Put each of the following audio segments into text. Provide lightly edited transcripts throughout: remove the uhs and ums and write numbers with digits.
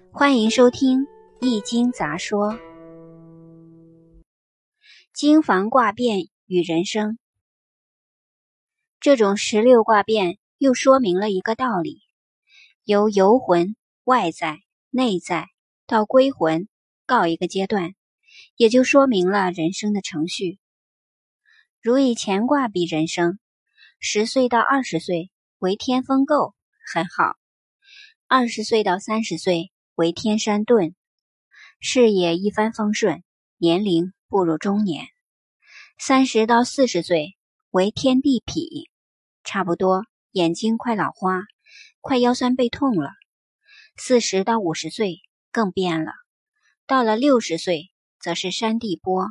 欢迎收听《易经杂说》。经房卦变与人生。这种16卦变又说明了一个道理，由游魂、外在、内在到归魂告一个阶段，也就说明了人生的程序。如以乾卦比人生，10岁到20岁为天风姤，很好；20岁到30岁为天山遁，事业一帆风顺，年龄步入中年；30到40岁为天地痞，差不多眼睛快老花，快腰酸背痛了；40到50岁更变了，到了60岁则是山地波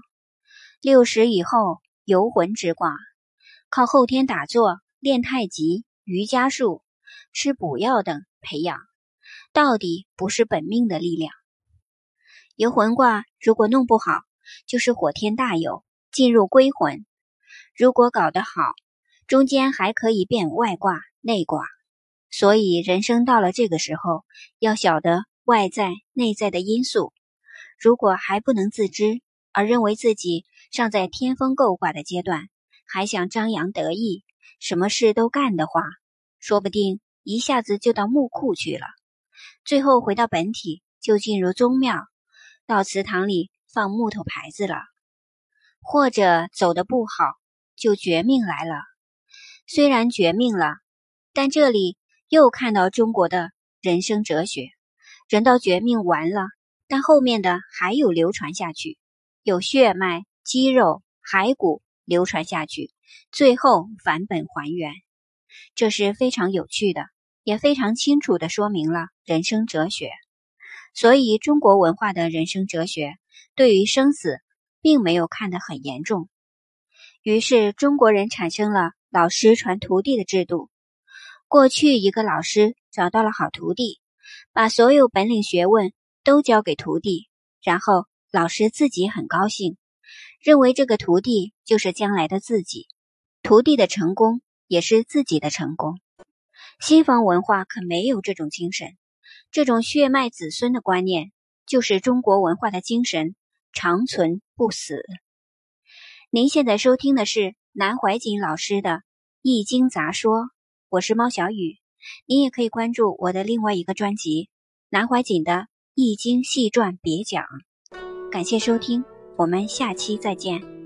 ，60以后游魂之卦，靠后天打坐、练太极、瑜伽术、吃补药等培养，到底不是本命的力量。游魂卦如果弄不好，就是火天大有，进入归魂；如果搞得好，中间还可以变外卦、内卦。所以人生到了这个时候，要晓得外在、内在的因素。如果还不能自知，而认为自己尚在天风姤卦的阶段，还想张扬得意，什么事都干的话，说不定一下子就到墓库去了，最后回到本体，就进入宗庙，到祠堂里放木头牌子了。或者走得不好，就绝命来了。虽然绝命了，但这里又看到中国的人生哲学，人到绝命完了，但后面的还有流传下去，有血脉、肌肉、骸骨流传下去，最后返本还原。这是非常有趣的，也非常清楚地说明了人生哲学。所以中国文化的人生哲学对于生死并没有看得很严重。于是中国人产生了老师传徒弟的制度。过去一个老师找到了好徒弟，把所有本领学问都教给徒弟，然后老师自己很高兴，认为这个徒弟就是将来的自己，徒弟的成功也是自己的成功。西方文化可没有这种精神，这种血脉子孙的观念就是中国文化的精神，长存不死。您现在收听的是南怀瑾老师的《易经杂说》，我是猫小雨。您也可以关注我的另外一个专辑南怀瑾的《易经细传别讲》。感谢收听，我们下期再见。